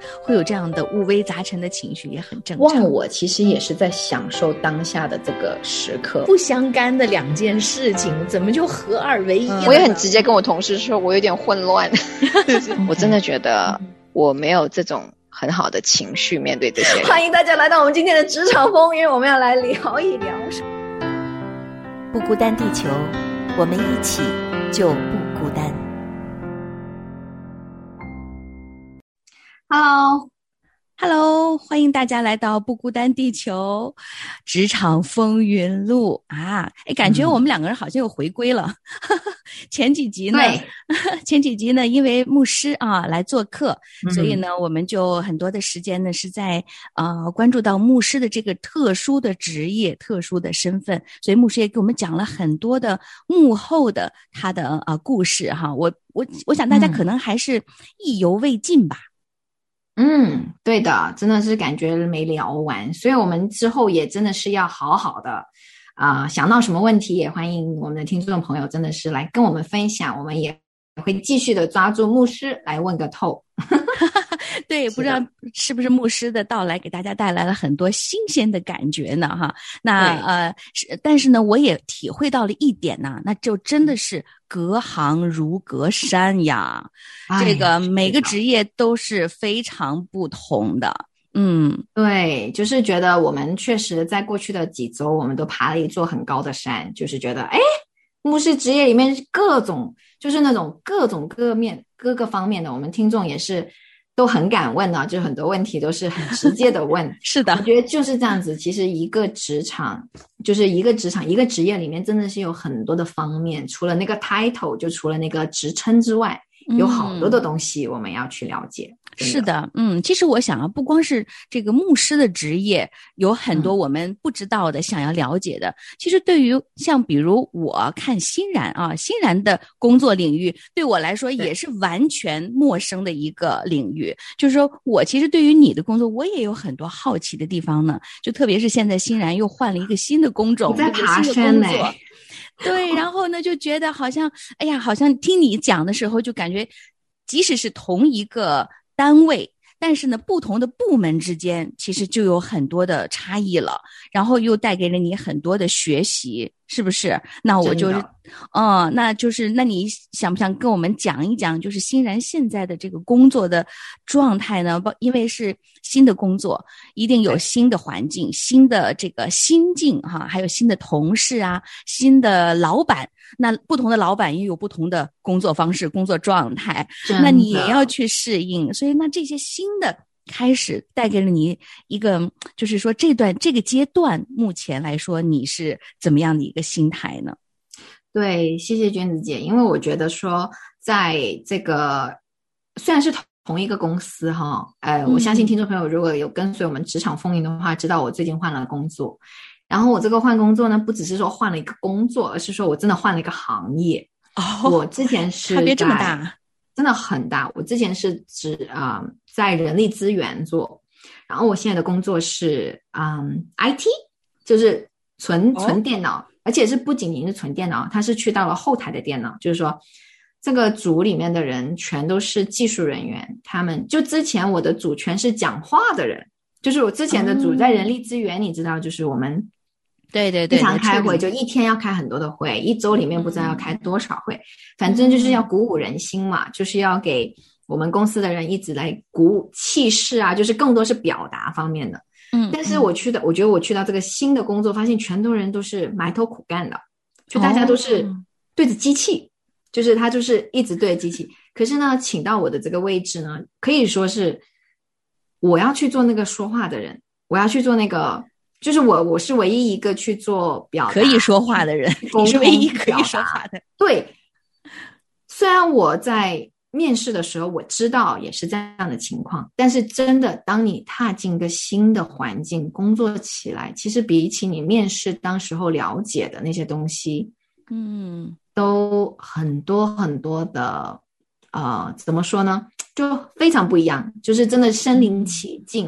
会有这样的五味杂陈的情绪，也很正常。 忘我其实也是在享受当下的这个时刻， 不相干的两件事情怎么就合二为一了？ 我也很直接跟我同事说我有点混乱我真的觉得我没有这种很好的情绪面对这些人。 欢迎大家来到我们今天的职场风云，我们要来聊一聊不孤单地球，我们一起就不孤单。 Hello，欢迎大家来到不孤单地球职场风云录啊！感觉我们两个人好像又回归了。前几集呢，因为牧师啊来做客，所以呢，我们就很多的时间呢是在关注到牧师的这个特殊的职业、特殊的身份，所以牧师也给我们讲了很多的幕后的他的故事哈。我想大家可能还是意犹未尽吧。 对的，真的是感觉没聊完，所以我们之后也真的是要好好的想到什么问题也欢迎我们的听众朋友真的是来跟我们分享，我们也会继续的抓住牧师来问个透。 对，不知道是不是牧师的到来给大家带来了很多新鲜的感觉呢哈。那但是呢我也体会到了一点呢，那就真的是隔行如隔山呀。这个每个职业都是非常不同的。 对，就是觉得我们确实在过去的几周我们都爬了一座很高的山，就是觉得牧师职业里面各种就是那种各种各个方面的，我们听众也是都很敢问啊，就很多问题都是很直接的问。 是的， 我觉得就是这样子，其实一个职场就是一个职业里面真的是有很多的方面，除了那个 title 就除了那个职称之外，有好多的东西我们要去了解。 是的，其实我想不光是这个牧师的职业有很多我们不知道的想要了解的，其实对于像比如我看欣然的工作领域对我来说也是完全陌生的一个领域，就是说我其实对于你的工作我也有很多好奇的地方呢，就特别是现在欣然又换了一个新的工种， 在爬山呢。 对，然后呢就觉得好像好像听你讲的时候就感觉即使是同一个单位，但是呢不同的部门之间其实就有很多的差异了，然后又带给了你很多的学习，是不是？那我就是那你想不想跟我们讲一讲就是欣然现在的这个工作的状态呢？因为是新的工作一定有新的环境，新的这个心境哈，还有新的同事啊，新的老板，那不同的老板也有不同的工作方式、工作状态，那你也要去适应，所以那这些新的开始带给了你一个，就是说这个阶段目前来说你是怎么样的一个心态呢？ 对，谢谢娟子姐，因为我觉得说在这个虽然是同一个公司哈，我相信听众朋友如果有跟随我们职场风云的话，知道我最近换了工作，然后我这个换工作呢不只是说换了一个工作，而是说我真的换了一个行业。我之前是差别这么大， 真的很大。我之前是在人力资源做，然后我现在的工作是IT， 就是纯电脑，而且是不仅仅是纯电脑，它是去到了后台的电脑，就是说这个组里面的人全都是技术人员，他们就之前我的组全是讲话的人，就是我之前的组在人力资源，你知道，就是我们对经常开会，就一天要开很多的会，一周里面不知道要开多少会，反正就是要鼓舞人心嘛，就是要给我们公司的人一直来鼓舞气势啊，就是更多是表达方面的。但是我觉得我去到这个新的工作，发现全都人都是埋头苦干的，就大家都是对着机器，就是他就是一直对着机器。可是呢，请到我的这个位置呢，可以说是我要去做那个说话的人，我要去做那个，就是我是唯一一个去做表达可以说话的人，你是唯一可以说话的。 对，虽然我在面试的时候我知道也是这样的情况，但是真的当你踏进一个新的环境工作起来，其实比起你面试当时候了解的那些东西都很多很多的怎么说呢，就非常不一样，就是真的身临其境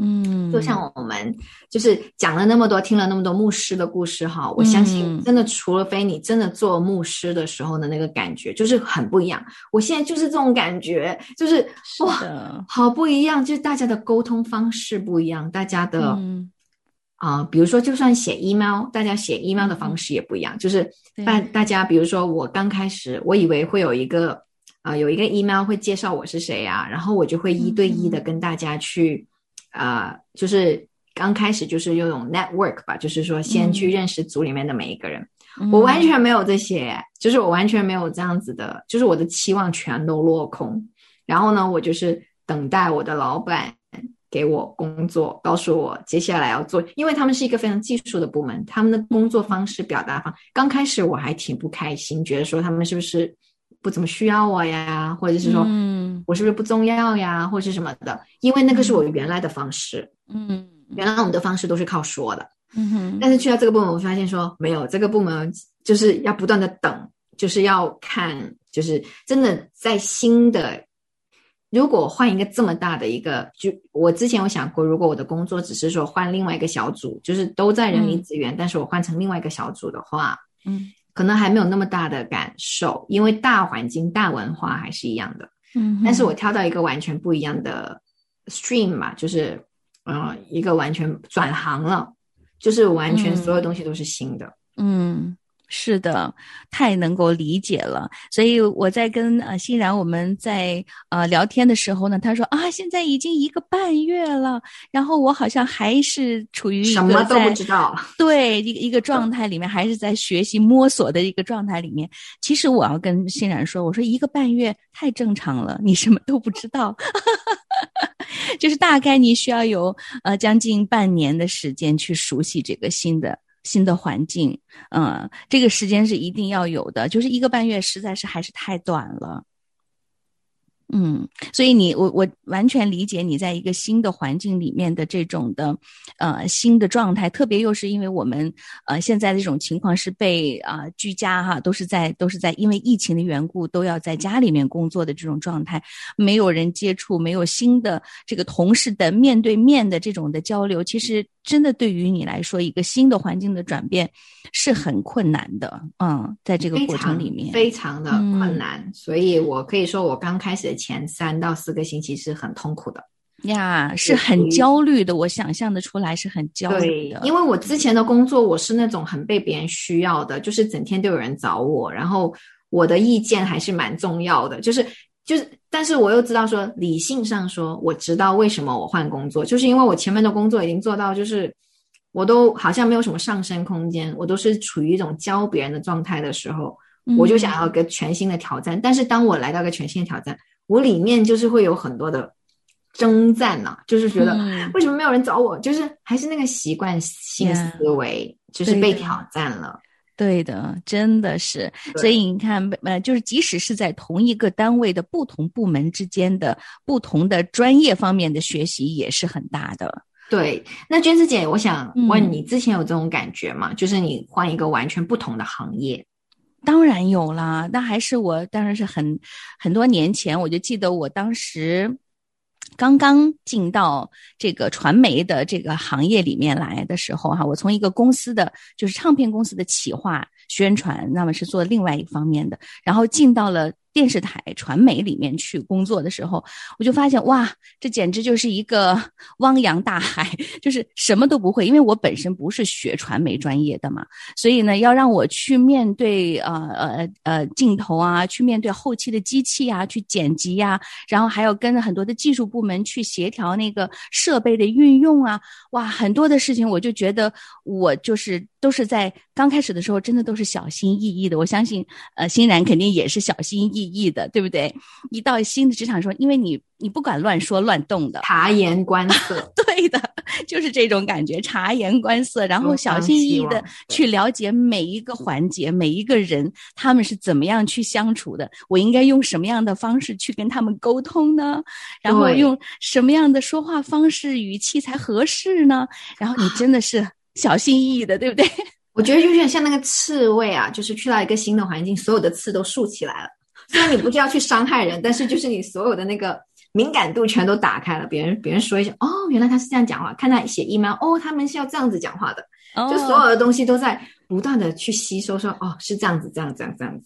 就像我们就是讲了那么多，听了那么多牧师的故事哈，我相信真的除非你真的做牧师的时候的那个感觉就是很不一样。我现在就是这种感觉，就是哇，好不一样，就是大家的沟通方式不一样，大家的比如说就算写 email， 大家写 email 的方式也不一样，就是大家比如说我刚开始我以为会有一个email 会介绍我是谁啊，然后我就会1对1的跟大家去就是刚开始就是用 network 吧，就是说先去认识组里面的每一个人。我完全没有这些，就是我完全没有这样子的，就是我的期望全都落空。然后呢，我就是等待我的老板给我工作，告诉我接下来要做，因为他们是一个非常技术的部门，他们的工作方式表达方，刚开始我还挺不开心，觉得说他们是不是不怎么需要我呀，或者是说我是不是不重要呀，或者是什么的，因为那个是我原来的方式。原来我们的方式都是靠说的。但是去到这个部门，我发现说没有，这个部门就是要不断的等，就是要看，就是真的在新的，如果换一个这么大的一个，就我之前有想过，如果我的工作只是说换另外一个小组，就是都在人力资源，但是我换成另外一个小组的话，可能还没有那么大的感受，因为大环境大文化还是一样的。但是我跳到一个完全不一样的 stream 嘛，就是一个完全转行了，就是完全所有东西都是新的。 是的，太能够理解了。所以我在跟欣然我们在聊天的时候呢，他说现在已经1个半月了，然后我好像还是处于一个什么都不知道， 对，一个状态里面，还是在学习摸索的一个状态里面。其实我要跟欣然说，我说1个半月太正常了，你什么都不知道。就是大概你需要有将近半年的时间去熟悉这个新的环境。这个时间是一定要有的，就是1个半月实在是还是太短了。所以我完全理解你在一个新的环境里面的这种的新的状态，特别又是因为我们现在的这种情况是被居家哈，都是在因为疫情的缘故都要在家里面工作的这种状态，没有人接触，没有新的这个同事的面对面的这种的交流，其实真的对于你来说一个新的环境的转变是很困难的。在这个过程里面非常的困难。所以我可以说我刚开始的前3到4个星期是很痛苦的呀，是很焦虑的，我想象的出来是很焦虑的。 对，因为我之前的工作我是那种很被别人需要的，就是整天都有人找我，然后我的意见还是蛮重要的，就是但是我又知道说理性上说我知道为什么我换工作，就是因为我前面的工作已经做到就是我都好像没有什么上升空间，我都是处于一种教别人的状态的时候，我就想要一个全新的挑战。但是当我来到一个全新的挑战，我里面就是会有很多的征战就是觉得为什么没有人找我，就是还是那个习惯性思维就是被挑战了。 对的，真的是。所以你看就是即使是在同一个单位的不同部门之间的不同的专业方面的学习也是很大的。 对，那娟子姐，我想问你，之前有这种感觉吗？就是你换一个完全不同的行业。 当然有啦，那还是我当然是很多年前，我就记得我当时刚刚进到这个传媒的这个行业里面来的时候我从一个公司的就是唱片公司的企划宣传，那么是做另外一方面的，然后进到了电视台传媒里面去工作的时候，我就发现哇，这简直就是一个汪洋大海，就是什么都不会。因为我本身不是学传媒专业的嘛，所以呢，要让我去面对镜头啊，去面对后期的机器啊，去剪辑啊，然后还要跟很多的技术部门去协调那个设备的运用啊，哇，很多的事情我就觉得我就是都是在刚开始的时候真的都是小心翼翼的。我相信欣然肯定也是小心翼翼的，对不对？一到新的职场说，因为你不敢乱说乱动的， 察言观色。 对的，就是这种感觉，察言观色，然后小心翼翼的去了解每一个环节，每一个人他们是怎么样去相处的，我应该用什么样的方式去跟他们沟通呢？然后用什么样的说话方式语气才合适呢？然后你真的是小心翼翼的，对不对？ 我觉得有点像那个刺猬啊，就是去到一个新的环境，所有的刺都竖起来了。虽然你不是要去伤害人，但是就是你所有的那个敏感度全都打开了。别人说一下，哦，原来他是这样讲话，看他写 email，哦，他们是要这样子讲话的，就所有的东西都在不断的去吸收，说哦，是这样子，这样子。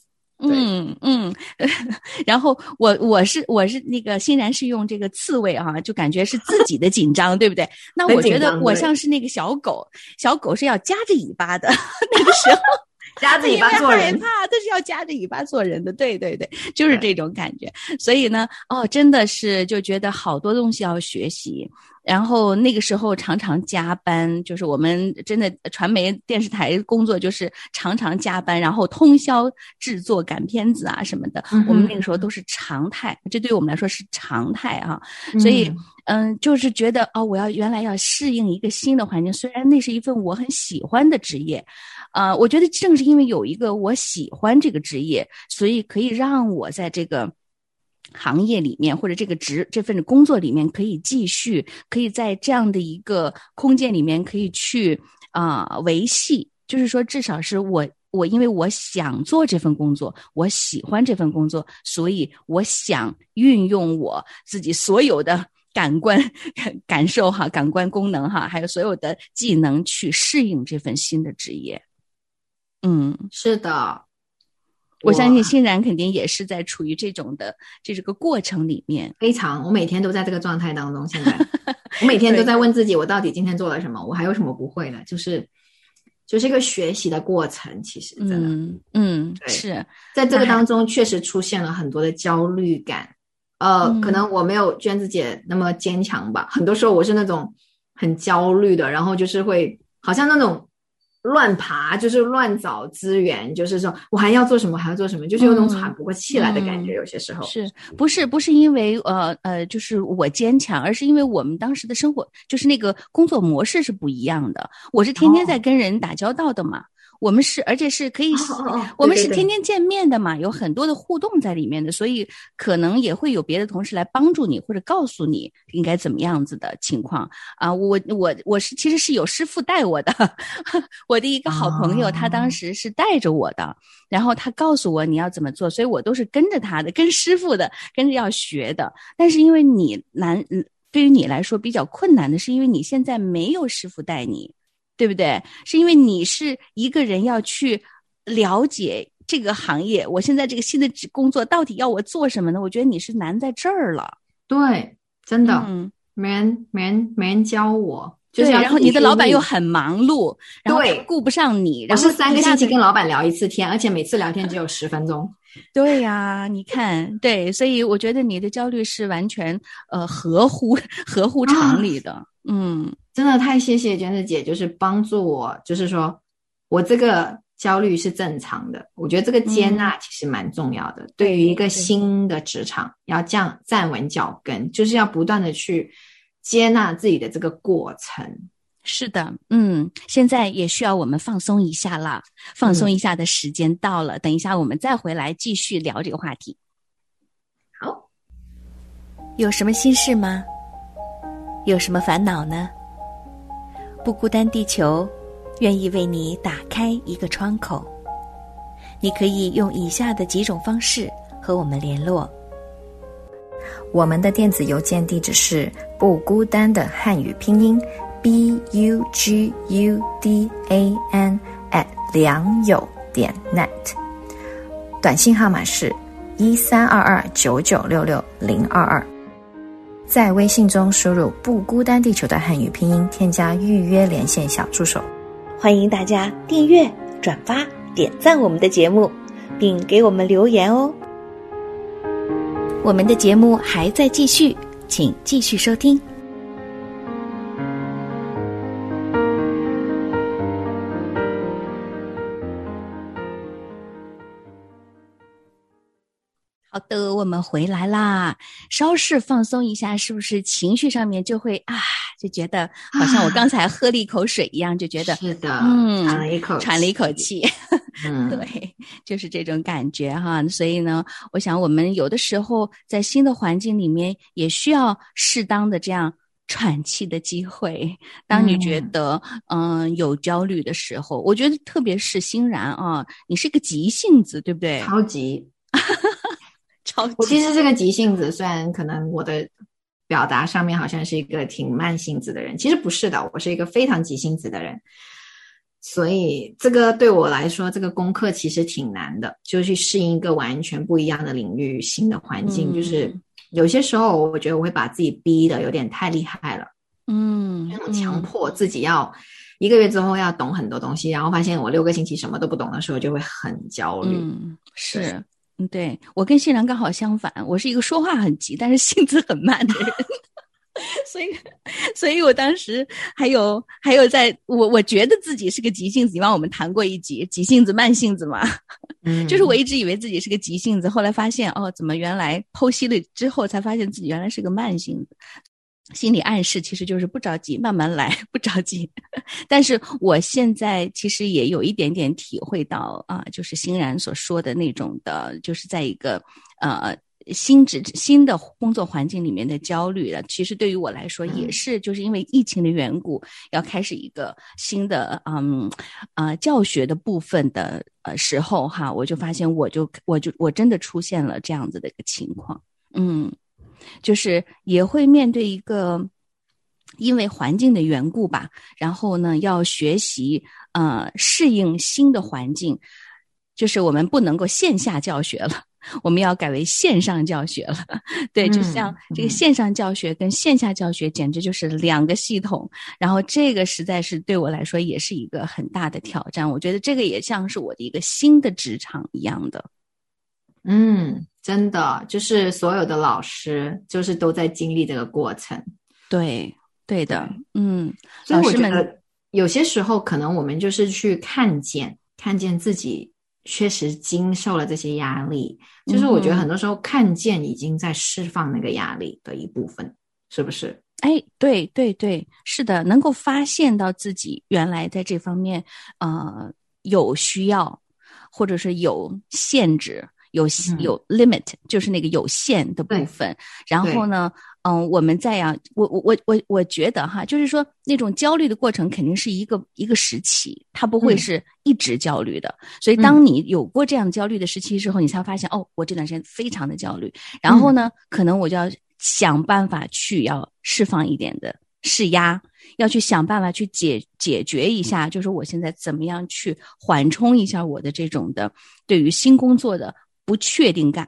然后我是那个欣然是用这个刺猬啊，就感觉是自己的紧张，对不对？那我觉得我像是那个小狗是要夹着尾巴的那个时候。 夹着尾巴做人， 害怕，但是要夹着尾巴做人的，对，就是这种感觉。所以呢，真的是就觉得好多东西要学习。然后那个时候常常加班，就是我们真的传媒电视台工作就是常常加班，然后通宵制作赶片子啊什么的，我们那个时候都是常态，这对于我们来说是常态啊。所以就是觉得我原来要适应一个新的环境，虽然那是一份我很喜欢的职业。我觉得正是因为有一个我喜欢这个职业，所以可以让我在这个行业里面或者这份工作里面可以继续，可以在这样的一个空间里面可以去维系，就是说至少是我因为我想做这份工作，我喜欢这份工作，所以我想运用我自己所有的感官感受哈，感官功能哈，还有所有的技能去适应这份新的职业。 是的， 我相信欣然肯定也是在处于这个过程里面。 非常，我每天都在这个状态当中。现在我每天都在问自己，我到底今天做了什么？我还有什么不会的？就是一个学习的过程。其实真的，对，是在这个当中确实出现了很多的焦虑感。可能我没有娟子姐那么坚强吧。很多时候我是那种很焦虑的，然后就是会好像那种乱爬，就是乱找资源，就是说我还要做什么，就是有种喘不过气来的感觉。有些时候是不是因为就是我坚强，而是因为我们当时的生活就是那个工作模式是不一样的。我是天天在跟人打交道的嘛。我们是，而且是可以，我们是天天见面的嘛，有很多的互动在里面的，所以可能也会有别的同事来帮助你或者告诉你应该怎么样子的情况啊。我其实是有师傅带我的，我的一个好朋友，他当时是带着我的，然后他告诉我你要怎么做，所以我都是跟着他的，跟师傅的，跟着要学的。但是因为对于你来说比较困难的是，因为你现在没有师傅带你。对不对？是因为你是一个人要去了解这个行业，我现在这个新的工作到底要我做什么呢？我觉得你是难在这儿了。 对，真的，没人教我。 对，然后你的老板又很忙碌，然后他顾不上你。 我是3个星期跟老板聊一次天，而且每次聊天只有10分钟。 对呀，你看，对，所以我觉得你的焦虑是完全合乎常理的。 真的太谢谢娟子姐，就是帮助我，就是说我这个焦虑是正常的。我觉得这个接纳其实蛮重要的。对于一个新的职场，要这样站稳脚跟，就是要不断的去接纳自己的这个过程。 是的，现在也需要我们放松一下了，放松一下的时间到了，等一下我们再回来继续聊这个话题。 好， 有什么心事吗？有什么烦恼呢？不孤单地球愿意为你打开一个窗口，你可以用以下的几种方式和我们联络。 我们的电子邮件地址是不孤单的汉语拼音 bugudan@良友.net， 短信号码是132299660022。在微信中输入不孤单地球的汉语拼音，添加预约连线小助手。 欢迎大家订阅、转发、点赞我们的节目，并给我们留言哦。我们的节目还在继续，请继续收听。 好的，我们回来啦，稍事放松一下，是不是情绪上面就会就觉得好像我刚才喝了一口水一样，就觉得是的，喘了一口气对，就是这种感觉哈。所以呢，我想我们有的时候在新的环境里面也需要适当的这样喘气的机会。当你觉得有焦虑的时候，我觉得特别是欣然啊，你是个急性子，对不对？ 超级超级。 我其实是个急性子，虽然可能我的表达上面好像是一个挺慢性子的人，其实不是的，我是一个非常急性子的人。所以这个对我来说，这个功课其实挺难的，就去适应一个完全不一样的领域、新的环境。就是有些时候，我觉得我会把自己逼得有点太厉害了。那种强迫自己要1个月之后要懂很多东西，然后发现我6个星期什么都不懂的时候，就会很焦虑。 是，对，我跟欣然刚好相反，我是一个说话很急，但是性子很慢的人。所以我当时还有我觉得自己是个急性子，你帮我们谈过一集急性子慢性子嘛，就是我一直以为自己是个急性子，后来发现怎么原来剖析了之后才发现自己原来是个慢性子。心理暗示其实就是不着急，慢慢来，不着急。但是我现在其实也有一点点体会到就是欣然所说的那种的，就是在一个新的工作环境里面的焦虑了。其实对于我来说也是，就是因为疫情的缘故，要开始一个新的教学的部分的时候哈，我就发现我真的出现了这样子的一个情况。就是也会面对一个因为环境的缘故吧，然后呢要学习适应新的环境，就是我们不能够线下教学了，我们要改为线上教学了。对，就像这个线上教学跟线下教学简直就是2个系统，然后这个实在是对我来说也是一个很大的挑战。我觉得这个也像是我的一个新的职场一样的。 真的，就是所有的老师就是都在经历这个过程。对的。所以我觉得有些时候可能我们就是去看见自己确实经受了这些压力，就是我觉得很多时候看见已经在释放那个压力的一部分，是不是？ 对，是的，能够发现到自己原来在这方面有需要，或者是有限制，有 limit， 就是那个有限的部分。然后呢我们再我觉得哈，就是说那种焦虑的过程肯定是一个时期，它不会是一直焦虑的。所以当你有过这样焦虑的时期之后，你才发现我这段时间非常的焦虑，然后呢可能我就要想办法去要释放一点的释压，要去想办法去解决一下，就是我现在怎么样去缓冲一下我的这种的对于新工作的不确定感。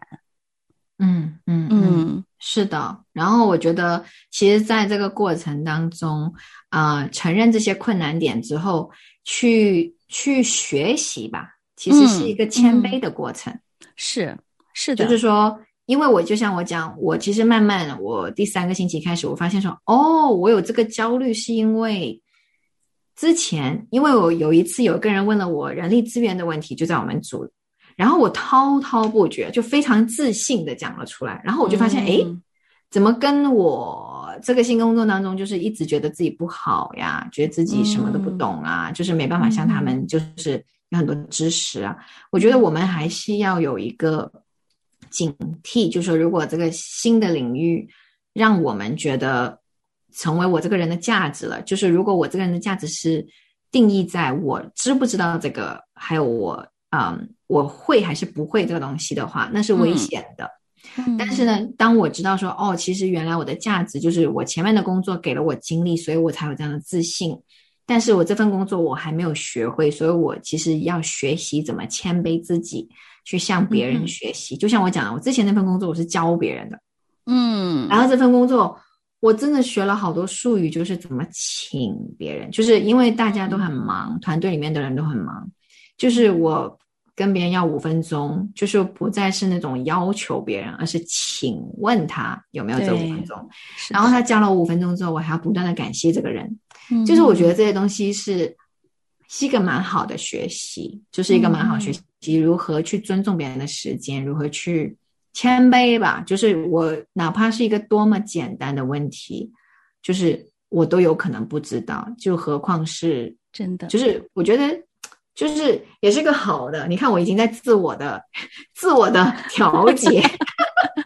是的。然后我觉得其实在这个过程当中承认这些困难点之后去学习吧，其实是一个谦卑的过程。是的，就是说因为我就像我讲，我其实慢慢我第3个星期开始我发现说我有这个焦虑是因为之前因为我有一次有个人问了我人力资源的问题，就在我们组，然后我滔滔不绝就非常自信的讲了出来，然后我就发现怎么跟我这个新工作当中就是一直觉得自己不好呀，觉得自己什么都不懂啊，就是没办法像他们就是有很多知识啊。我觉得我们还是要有一个警惕，就是说如果这个新的领域让我们觉得成为我这个人的价值了，就是如果我这个人的价值是定义在我知不知道这个，还有我会还是不会这个东西的话，那是危险的。但是呢当我知道说其实原来我的价值就是我前面的工作给了我经历，所以我才有这样的自信，但是我这份工作我还没有学会，所以我其实要学习怎么谦卑自己，去向别人学习。就像我讲的，我之前那份工作我是教别人的，然后这份工作我真的学了好多术语，就是怎么请别人，就是因为大家都很忙，团队里面的人都很忙，就是我跟别人要5分钟，就是不再是那种要求别人，而是请问他有没有这5分钟，然后他教了我5分钟之后，我还要不断的感谢这个人。就是我觉得这些东西是一个蛮好的学习，就是一个蛮好学习如何去尊重别人的时间，如何去谦卑吧，就是我哪怕是一个多么简单的问题，就是我都有可能不知道，就何况是真的，就是我觉得就是也是一个好的，你看我已经在自我的调节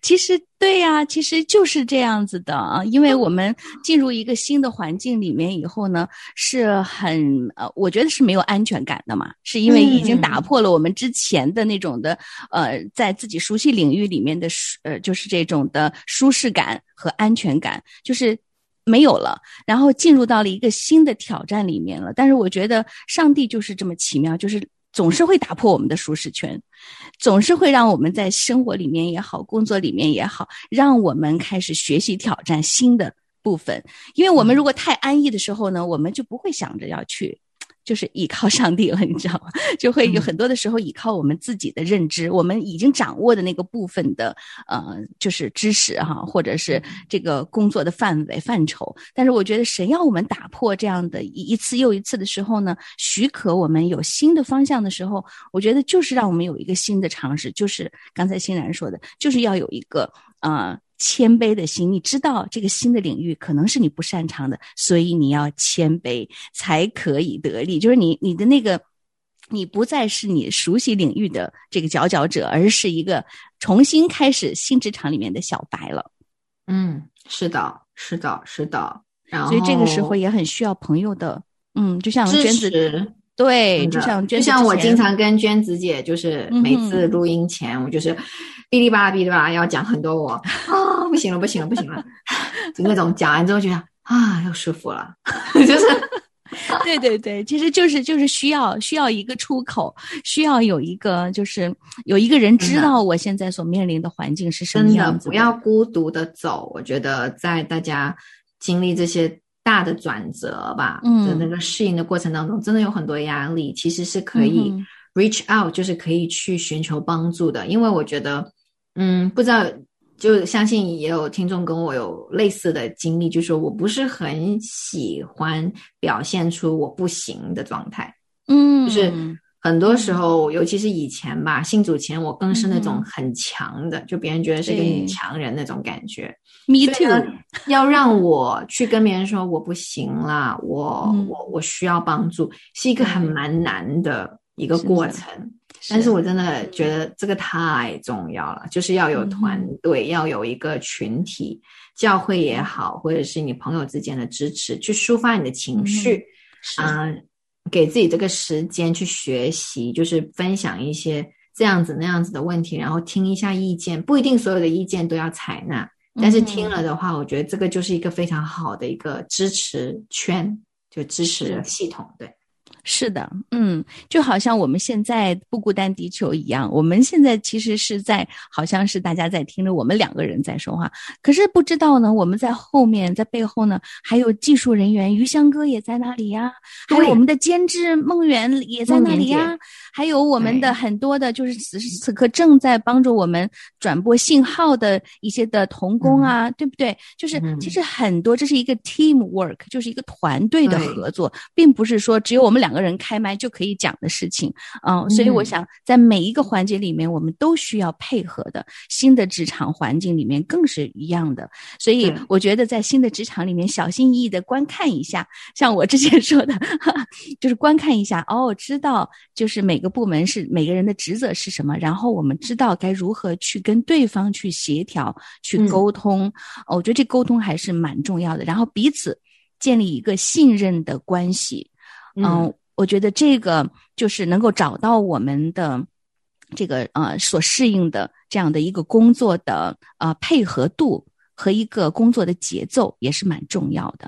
其实对呀，其实就是这样子的啊，因为我们进入一个新的环境里面以后呢，是很我觉得是没有安全感的嘛，是因为已经打破了我们之前的那种的在自己熟悉领域里面的就是这种的舒适感和安全感，就是没有了，然后进入到了一个新的挑战里面了。但是我觉得上帝就是这么奇妙，就是总是会打破我们的舒适圈，总是会让我们在生活里面也好，工作里面也好，让我们开始学习挑战新的部分。因为我们如果太安逸的时候呢，我们就不会想着要去就是依靠上帝了，你知道吗？就会有很多的时候依靠我们自己的认知，我们已经掌握的那个部分的就是知识哈，或者是这个工作的范围范畴。但是我觉得神要我们打破这样的一次又一次的时候呢，许可我们有新的方向的时候，我觉得就是让我们有一个新的尝试，就是刚才欣然说的，就是要有一个谦卑的心。你知道这个新的领域可能是你不擅长的，所以你要谦卑才可以得力。就是你的那个，你不再是你熟悉领域的这个佼佼者，而是一个重新开始新职场里面的小白了。 是的，是的，是的。然后， 所以这个时候也很需要朋友的，就像娟子，对，就像娟子， 就像我经常跟娟子姐，就是每次录音前，我就是哔哩吧啦哔哩吧啦要讲很多我不行了，就那种讲完之后觉得又舒服了，就是对对对，其实就是需要一个出口，需要有一个就是有一个人知道我现在所面临的环境是什么样子的。 真的不要孤独的走，我觉得在大家经历这些大的转折吧的那个适应的过程当中，真的有很多压力，其实是可以 reach out，就是可以去寻求帮助的。因为我觉得不知道，就相信也有听众跟我有类似的经历，就是说我不是很喜欢表现出我不行的状态，就是很多时候尤其是以前吧，信主前我更是那种很强的，就别人觉得是一个女强人那种感觉。 Me too。 要让我去跟别人说我不行啦，我需要帮助，是一个蛮难的一个过程。但是我真的觉得这个太重要了，就是要有团队，要有一个群体，教会也好，或者是你朋友之间的支持，去抒发你的情绪，给自己这个时间去学习，就是分享一些这样子那样子的问题，然后听一下意见，不一定所有的意见都要采纳，但是听了的话，我觉得这个就是一个非常好的一个支持圈，就支持系统。对， 是的，就好像我们现在不孤单地球一样，我们现在其实是在好像是大家在听着我们两个人在说话，可是不知道呢，我们在后面在背后呢，还有技术人员于香哥也在那里呀，还有我们的监制梦圆也在那里呀，还有我们的很多的就是此刻正在帮助我们转播信号的一些的同工啊，对不对？就是其实很多，这是一个 team work， 就是一个团队的合作，并不是说只有我们两个人开麦就可以讲的事情。所以我想在每一个环节里面我们都需要配合的，新的职场环境里面更是一样的。所以我觉得在新的职场里面小心翼翼的观看一下，像我之前说的就是观看一下，知道就是每个部门是每个人的职责是什么，然后我们知道该如何去跟对方去协调去沟通。我觉得这沟通还是蛮重要的，然后彼此建立一个信任的关系。我觉得这个就是能够找到我们的这个所适应的这样的一个工作的配合度和一个工作的节奏也是蛮重要的。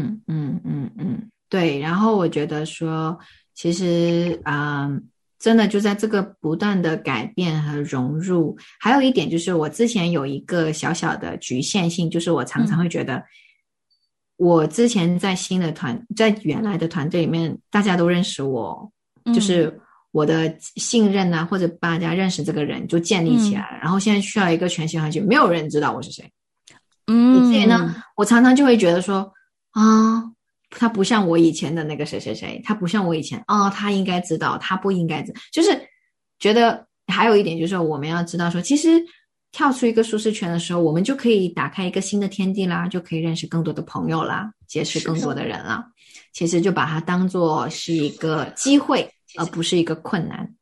对。然后我觉得说其实真的就在这个不断的改变和融入，还有一点就是我之前有一个小小的局限性，就是我常常会觉得我之前在在原来的团队里面大家都认识我，就是我的信任啊，或者大家认识这个人就建立起来了，然后现在需要一个全新环境，没有人知道我是谁。以至于呢我常常就会觉得说他不像我以前的那个谁谁谁，他不像我以前他应该知道，他不应该知道，就是觉得还有一点就是我们要知道说，其实跳出一个舒适圈的时候，我们就可以打开一个新的天地啦，就可以认识更多的朋友啦，结识更多的人啦。其实就把它当作是一个机会，而不是一个困难。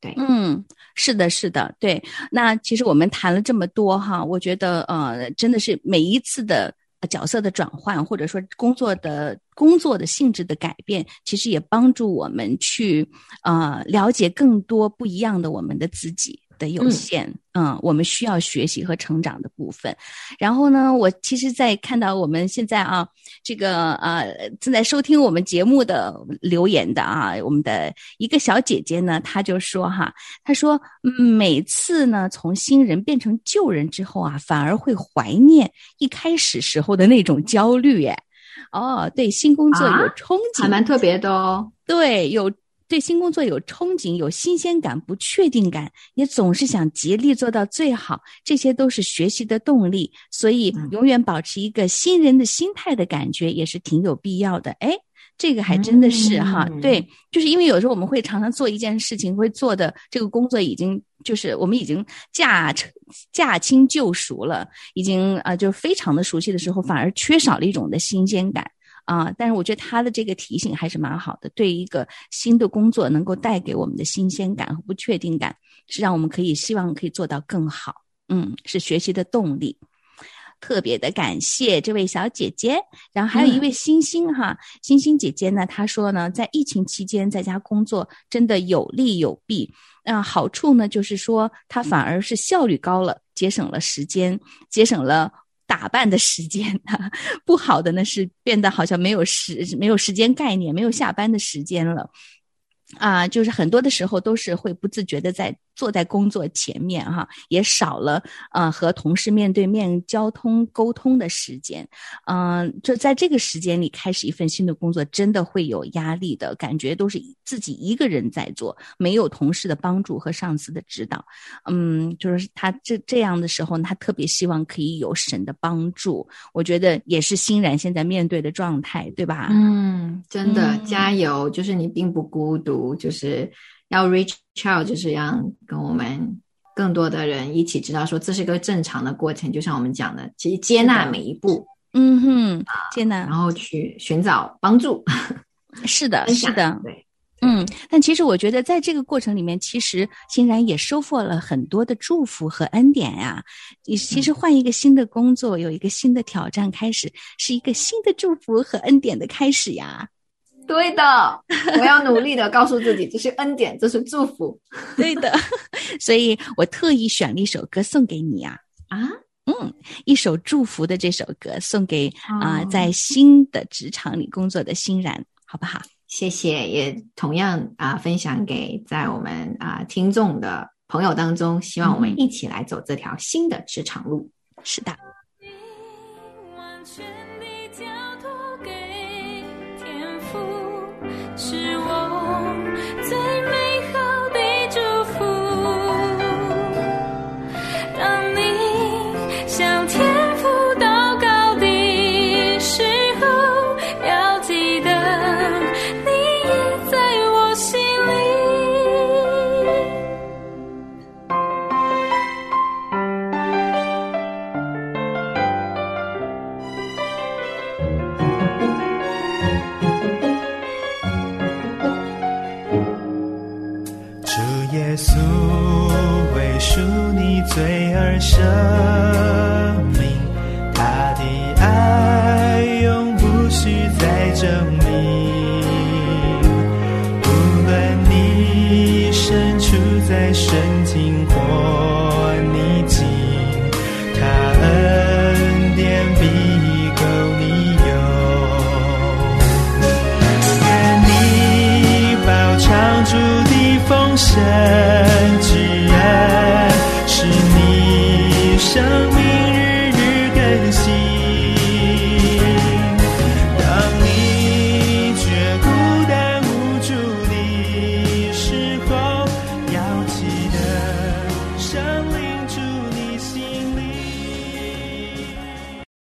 对， 是的，是的，对。那其实我们谈了这么多哈，我觉得真的是每一次的角色的转换，或者说工作的性质的改变，其实也帮助我们去了解更多不一样的我们的自己的有限，我们需要学习和成长的部分。然后呢，我其实在看到我们现在这个正在收听我们节目的留言的我们的一个小姐姐呢，她就说她说每次呢从新人变成旧人之后反而会怀念一开始时候的那种焦虑耶。对新工作有憧憬， 还蛮特别的哦。 对新工作有憧憬，有新鲜感，不确定感，也总是想竭力做到最好，这些都是学习的动力。所以永远保持一个新人的心态的感觉也是挺有必要的。这个还真的是对，就是因为有时候我们会常常做一件事情，会做的这个工作已经就是我们已经驾轻就熟了，已经就非常的熟悉的时候，反而缺少了一种的新鲜感。但是我觉得他的这个提醒还是蛮好的，对一个新的工作能够带给我们的新鲜感和不确定感，是让我们希望可以做到更好。是学习的动力。特别的感谢这位小姐姐。然后还有一位星星星星姐姐呢，她说呢，在疫情期间在家工作真的有利有弊。好处呢就是说她反而是效率高了，节省了时间，节省了打扮的时间。不好的呢是变得好像没有时间概念，没有下班的时间了。就是很多的时候都是会不自觉的坐在工作前面也少了和同事面对面沟通的时间。就在这个时间里开始一份新的工作，真的会有压力的感觉，都是自己一个人在做，没有同事的帮助和上司的指导。就是他这样的时候，他特别希望可以有神的帮助。我觉得也是欣然现在面对的状态，对吧？ 真的加油，就是你并不孤独，就是要 reach out， 就是让跟我们更多的人一起知道说这是一个正常的过程，就像我们讲的，其实接纳每一步， 接纳， 然后去寻找帮助。 是的，是的， 对。 但其实我觉得在这个过程里面，其实欣然也收获了很多的祝福和恩典呀。其实换一个新的工作，有一个新的挑战开始，是一个新的祝福和恩典的开始呀。 对的，我要努力的告诉自己，这是恩典，这是祝福。 对的，所以我特意选了一首歌送给你一首祝福的这首歌送给在新的职场里工作的欣然，好不好？ 谢谢，也同样分享给在我们听众的朋友当中，希望我们一起来走这条新的职场路。 是的。 完全地交托给天父，是我最美好的祝福。当你向天父祷告的时候，要记得你也在我心里。 主耶稣为赎你罪而生，